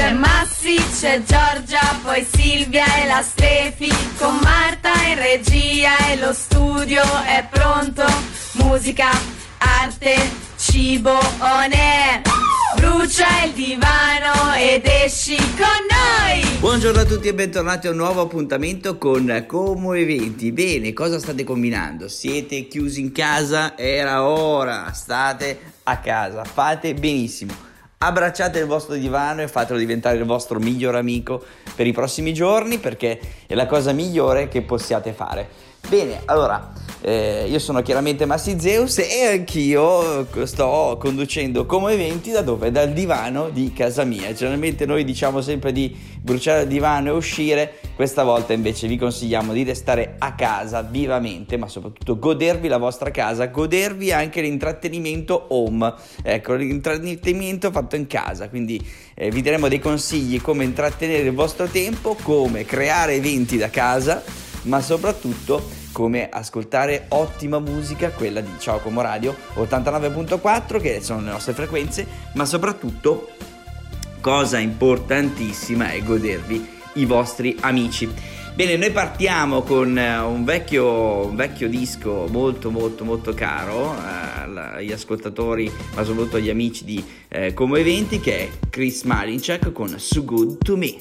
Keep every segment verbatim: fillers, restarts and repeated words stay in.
C'è Massi, c'è Giorgia, poi Silvia e la Stefi, con Marta in regia e lo studio è pronto. Musica, arte, cibo, on air. Brucia il divano ed esci con noi. Buongiorno a tutti e bentornati a un nuovo appuntamento con Como Eventi. Bene, cosa state combinando? Siete chiusi in casa? Era ora, state a casa, fate benissimo. Abbracciate il vostro divano e fatelo diventare il vostro miglior amico per i prossimi giorni, perché è la cosa migliore che possiate fare. Bene, allora, eh, io sono chiaramente Massi Zeus e anch'io sto conducendo Como Eventi da dove? Dal divano di casa mia. Generalmente noi diciamo sempre di bruciare il divano e uscire, questa volta invece vi consigliamo di restare a casa vivamente, ma soprattutto godervi la vostra casa, godervi anche l'intrattenimento home, ecco, l'intrattenimento fatto in casa. Quindi eh, vi daremo dei consigli come intrattenere il vostro tempo, come creare eventi da casa, ma soprattutto come ascoltare ottima musica, quella di Ciao Como Radio ottantanove virgola quattro, che sono le nostre frequenze, ma soprattutto, cosa importantissima, è godervi i vostri amici. Bene, noi partiamo con un vecchio, un vecchio disco molto molto molto caro eh, agli ascoltatori, ma soprattutto agli amici di eh, Como Eventi, che è Chris Malinchak con So Good To Me.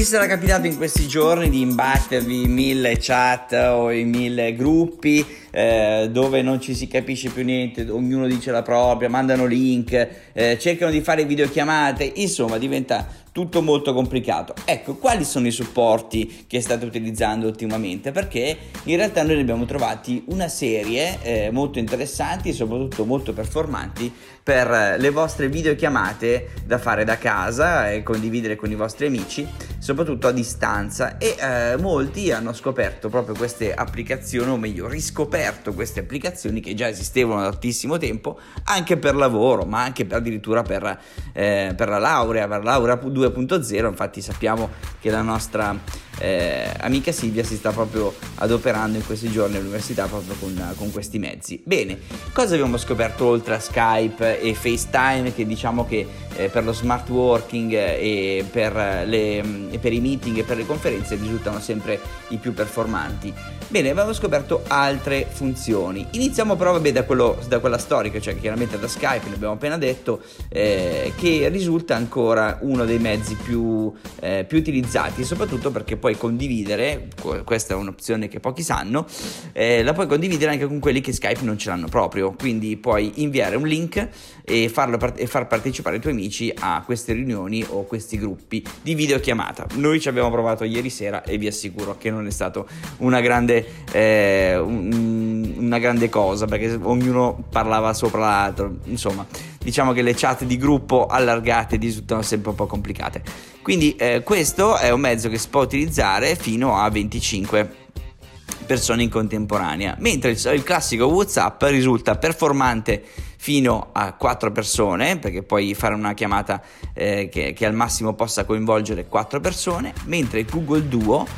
sarà capitato in questi giorni di imbattervi in mille chat o in mille gruppi eh, dove non ci si capisce più niente, ognuno dice la propria, mandano link, eh, cercano di fare videochiamate, insomma diventa tutto molto complicato. Ecco, quali sono i supporti che state utilizzando ultimamente? Perché in realtà noi ne abbiamo trovati una serie eh, molto interessanti e soprattutto molto performanti per le vostre videochiamate da fare da casa e condividere con i vostri amici, soprattutto a distanza, e eh, molti hanno scoperto proprio queste applicazioni, o meglio riscoperto queste applicazioni che già esistevano da tantissimo tempo anche per lavoro, ma anche per, addirittura per, eh, per la laurea, per la laurea due punto zero. Infatti sappiamo che la nostra eh, amica Silvia si sta proprio adoperando in questi giorni all'università proprio con, con questi mezzi. Bene, cosa abbiamo scoperto oltre a Skype e FaceTime, che diciamo che eh, per lo smart working e per, le, e per i meeting e per le conferenze risultano sempre i più performanti? Bene, abbiamo scoperto altre funzioni. Iniziamo però vabbè, da, quello, da quella storica, cioè chiaramente da Skype, ne abbiamo appena detto, eh, che risulta ancora uno dei mezzi più, eh, più utilizzati, soprattutto perché puoi condividere, questa è un'opzione che pochi sanno, eh, la puoi condividere anche con quelli che Skype non ce l'hanno proprio, quindi puoi inviare un link e, farlo, e far partecipare i tuoi amici a queste riunioni o questi gruppi di videochiamata. Noi ci abbiamo provato ieri sera e vi assicuro che non è stato una grande Eh, un, una grande cosa, perché ognuno parlava sopra l'altro. Insomma, diciamo che le chat di gruppo allargate risultano sempre un po' complicate, quindi eh, questo è un mezzo che si può utilizzare fino a venticinque persone in contemporanea, mentre il, il classico WhatsApp risulta performante fino a quattro persone, perché puoi fare una chiamata eh, che, che al massimo possa coinvolgere quattro persone, mentre il Google Duo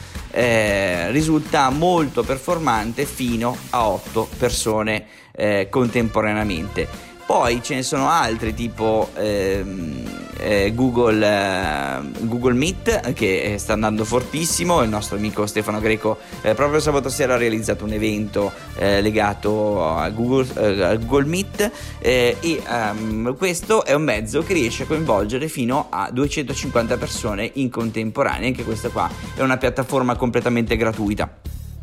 eh, risulta molto performante fino a otto persone eh, contemporaneamente. Poi ce ne sono altri tipo ehm, eh, Google, eh, Google Meet, che sta andando fortissimo. Il nostro amico Stefano Greco eh, proprio sabato sera ha realizzato un evento eh, legato a Google, eh, a Google Meet eh, e um, questo è un mezzo che riesce a coinvolgere fino a duecentocinquanta persone in contemporanea. Anche questa qua è una piattaforma completamente gratuita.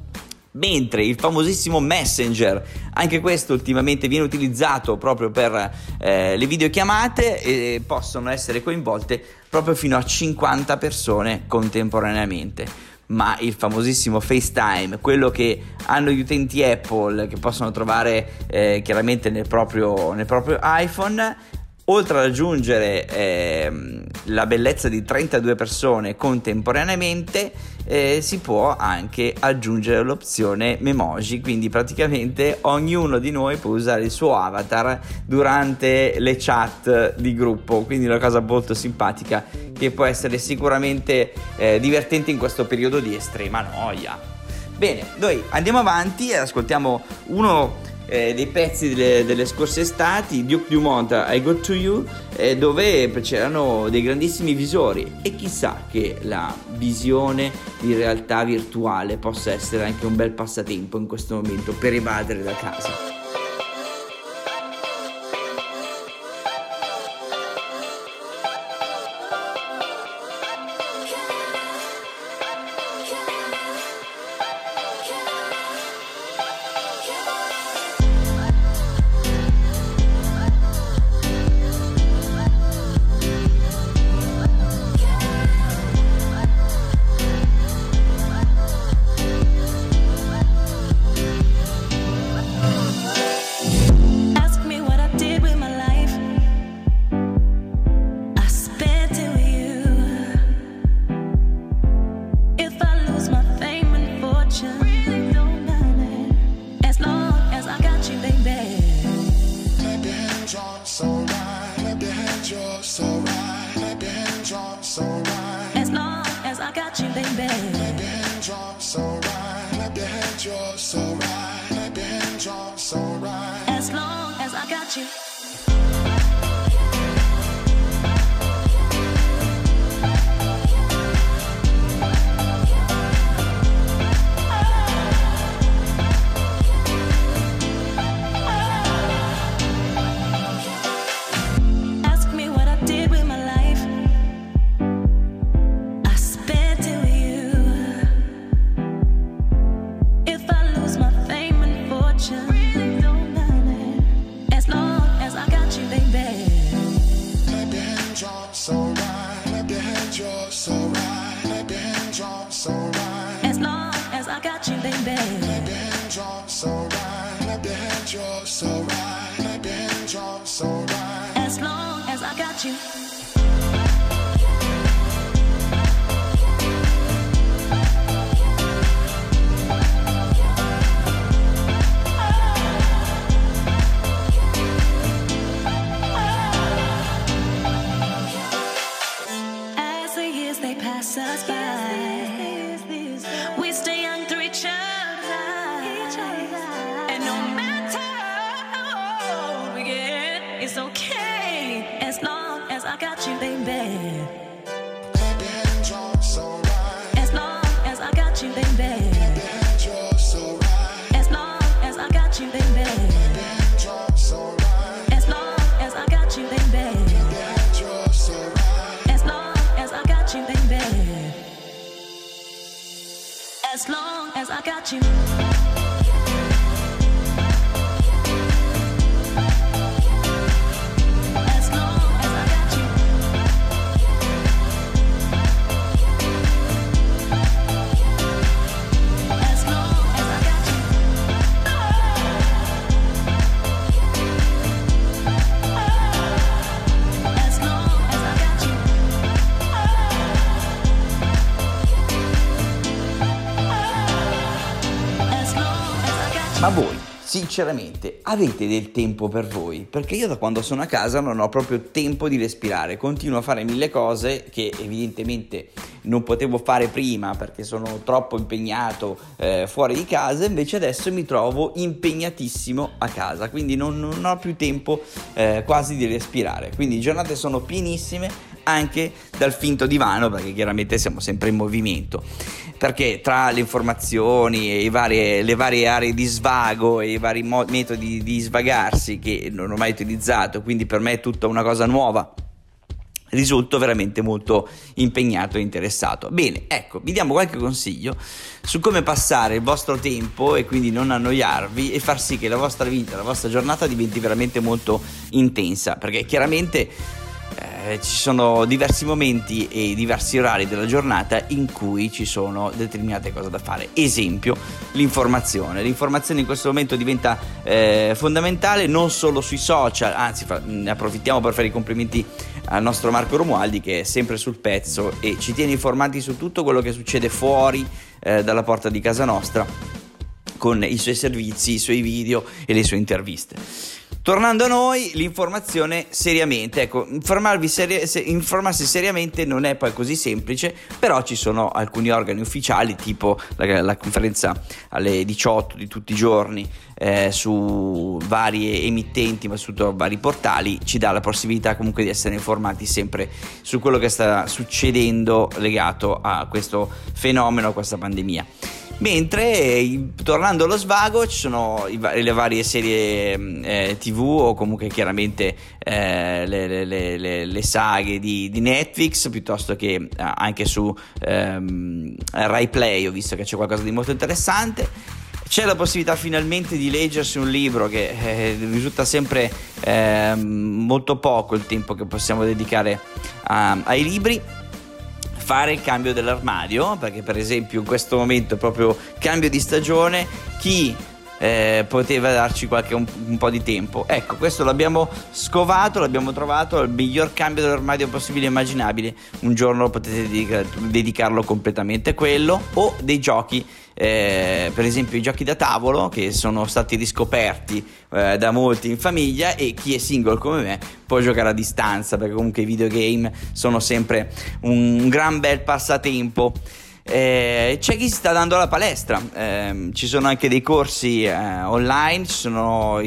Mentre il famosissimo Messenger, anche questo ultimamente viene utilizzato proprio per eh, le videochiamate, e possono essere coinvolte proprio fino a cinquanta persone contemporaneamente. Ma il famosissimo FaceTime, quello che hanno gli utenti Apple, che possono trovare eh, chiaramente nel proprio, nel proprio iPhone, oltre ad aggiungere eh, la bellezza di trentadue persone contemporaneamente, eh, si può anche aggiungere l'opzione Memoji, quindi praticamente ognuno di noi può usare il suo avatar durante le chat di gruppo, quindi una cosa molto simpatica che può essere sicuramente eh, divertente in questo periodo di estrema noia. Bene, noi andiamo avanti e ascoltiamo uno Eh, dei pezzi delle, delle scorse estati, Duke Dumont, I Got To You, eh, dove c'erano dei grandissimi visori, e chissà che la visione di realtà virtuale possa essere anche un bel passatempo in questo momento per evadere da casa. Ask me what I did with my life. I spent got you, baby. Clap your hands, you're so right. Clap your hands, you're so right. Clap your hands, you're so right. As long as I got you. Pass us by. We stay young through each other, and no matter how old we get, it's okay as long as I got you, baby. Clap your hands, you're so right. As long as I got you, baby. Clap your hands, you're so right. As long as I got you, baby. Clap your hands, you're so right. As long as I got you, baby. Clap your hands, you're so right. As long as I got you, baby. As long as I got you. As long as I got you. As long as I got you. As long as I got you. Ma voi, sinceramente, avete del tempo per voi? Perché io da quando sono a casa non ho proprio tempo di respirare, continuo a fare mille cose che evidentemente non potevo fare prima perché sono troppo impegnato eh, fuori di casa, invece adesso mi trovo impegnatissimo a casa, quindi non, non ho più tempo eh, quasi di respirare, quindi le giornate sono pienissime anche dal finto divano, perché chiaramente siamo sempre in movimento, perché tra le informazioni e i varie, le varie aree di svago e i vari mo- metodi di svagarsi che non ho mai utilizzato, quindi per me è tutta una cosa nuova, risulto veramente molto impegnato e interessato. Bene, ecco, vi diamo qualche consiglio su come passare il vostro tempo e quindi non annoiarvi e far sì che la vostra vita, la vostra giornata diventi veramente molto intensa, perché chiaramente Eh, ci sono diversi momenti e diversi orari della giornata in cui ci sono determinate cose da fare. Esempio, l'informazione. L'informazione in questo momento diventa eh, fondamentale, non solo sui social, anzi fa, ne approfittiamo per fare i complimenti al nostro Marco Romualdi, che è sempre sul pezzo e ci tiene informati su tutto quello che succede fuori eh, dalla porta di casa nostra, con i suoi servizi, i suoi video e le sue interviste. Tornando a noi, l'informazione seriamente, ecco, informarvi seri- se- informarsi seriamente non è poi così semplice, però ci sono alcuni organi ufficiali, tipo la, la conferenza alle diciotto di tutti i giorni eh, su varie emittenti, ma su vari portali, ci dà la possibilità comunque di essere informati sempre su quello che sta succedendo legato a questo fenomeno, a questa pandemia. Mentre, tornando allo svago, ci sono i, le varie serie eh, tivù o comunque chiaramente eh, le, le, le, le saghe di, di Netflix, piuttosto che eh, anche su ehm, Rai Play ho visto che c'è qualcosa di molto interessante. C'è la possibilità finalmente di leggersi un libro, che eh, risulta sempre eh, molto poco il tempo che possiamo dedicare a, ai libri. Fare il cambio dell'armadio, perché per esempio in questo momento è proprio cambio di stagione, chi eh, poteva darci qualche un, un po' di tempo, ecco, questo l'abbiamo scovato, l'abbiamo trovato, il miglior cambio dell'armadio possibile e immaginabile. Un giorno potete dedica- dedicarlo completamente a quello, o dei giochi, eh, per esempio i giochi da tavolo, che sono stati riscoperti eh, da molti in famiglia, e chi è single come me può giocare a distanza, perché comunque i videogame sono sempre un gran bel passatempo. Eh, c'è chi si sta dando alla palestra, eh, ci sono anche dei corsi eh, online, ci sono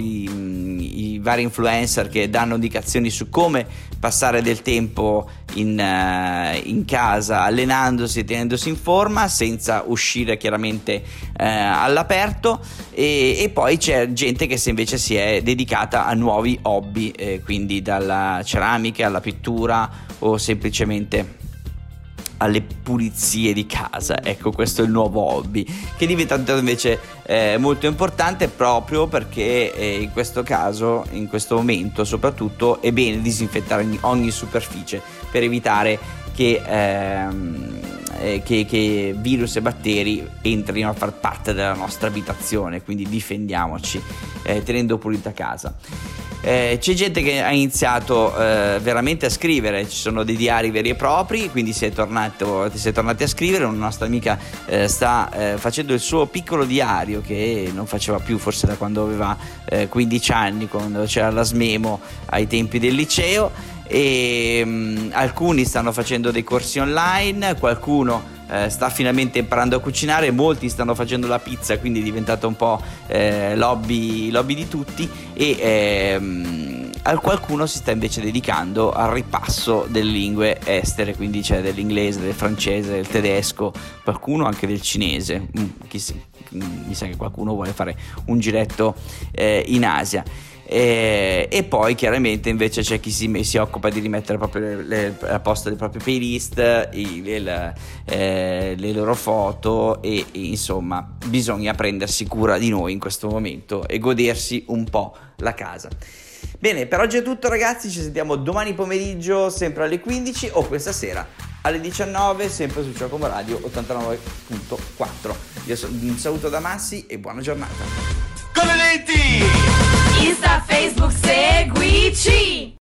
i, i vari influencer che danno indicazioni su come passare del tempo in, uh, in casa allenandosi e tenendosi in forma senza uscire chiaramente uh, all'aperto, e, e poi c'è gente che se invece si è dedicata a nuovi hobby, eh, quindi dalla ceramica alla pittura o semplicemente alle pulizie di casa. Ecco, questo è il nuovo hobby che diventa invece eh, molto importante, proprio perché eh, in questo caso, in questo momento soprattutto, è bene disinfettare ogni, ogni superficie per evitare che ehm, eh, che, che virus e batteri entrino a far parte della nostra abitazione, quindi difendiamoci eh, tenendo pulita casa. Eh, c'è gente che ha iniziato eh, veramente a scrivere, ci sono dei diari veri e propri, quindi si è tornato, si è tornati a scrivere. Una nostra amica eh, sta eh, facendo il suo piccolo diario che non faceva più forse da quando aveva eh, quindici anni, quando c'era la Smemo ai tempi del liceo, e mh, alcuni stanno facendo dei corsi online, qualcuno Eh, sta finalmente imparando a cucinare, molti stanno facendo la pizza, quindi è diventato un po' eh, lobby, lobby di tutti, e ehm, al qualcuno si sta invece dedicando al ripasso delle lingue estere, quindi c'è dell'inglese, del francese, del tedesco, qualcuno anche del cinese, mm, chi si, mm, mi sa che qualcuno vuole fare un giretto eh, in Asia. E, e poi chiaramente invece c'è chi si, si occupa di rimettere proprio le, le, a posto le proprie playlist, i, le, eh, le loro foto, e, e insomma bisogna prendersi cura di noi in questo momento e godersi un po' la casa. Bene, per oggi è tutto ragazzi, ci sentiamo domani pomeriggio sempre alle quindici o questa sera alle diciannove, sempre su Giacomo Radio ottantanove virgola quattro. Io so, un saluto da Massi e buona giornata. Con le lenti!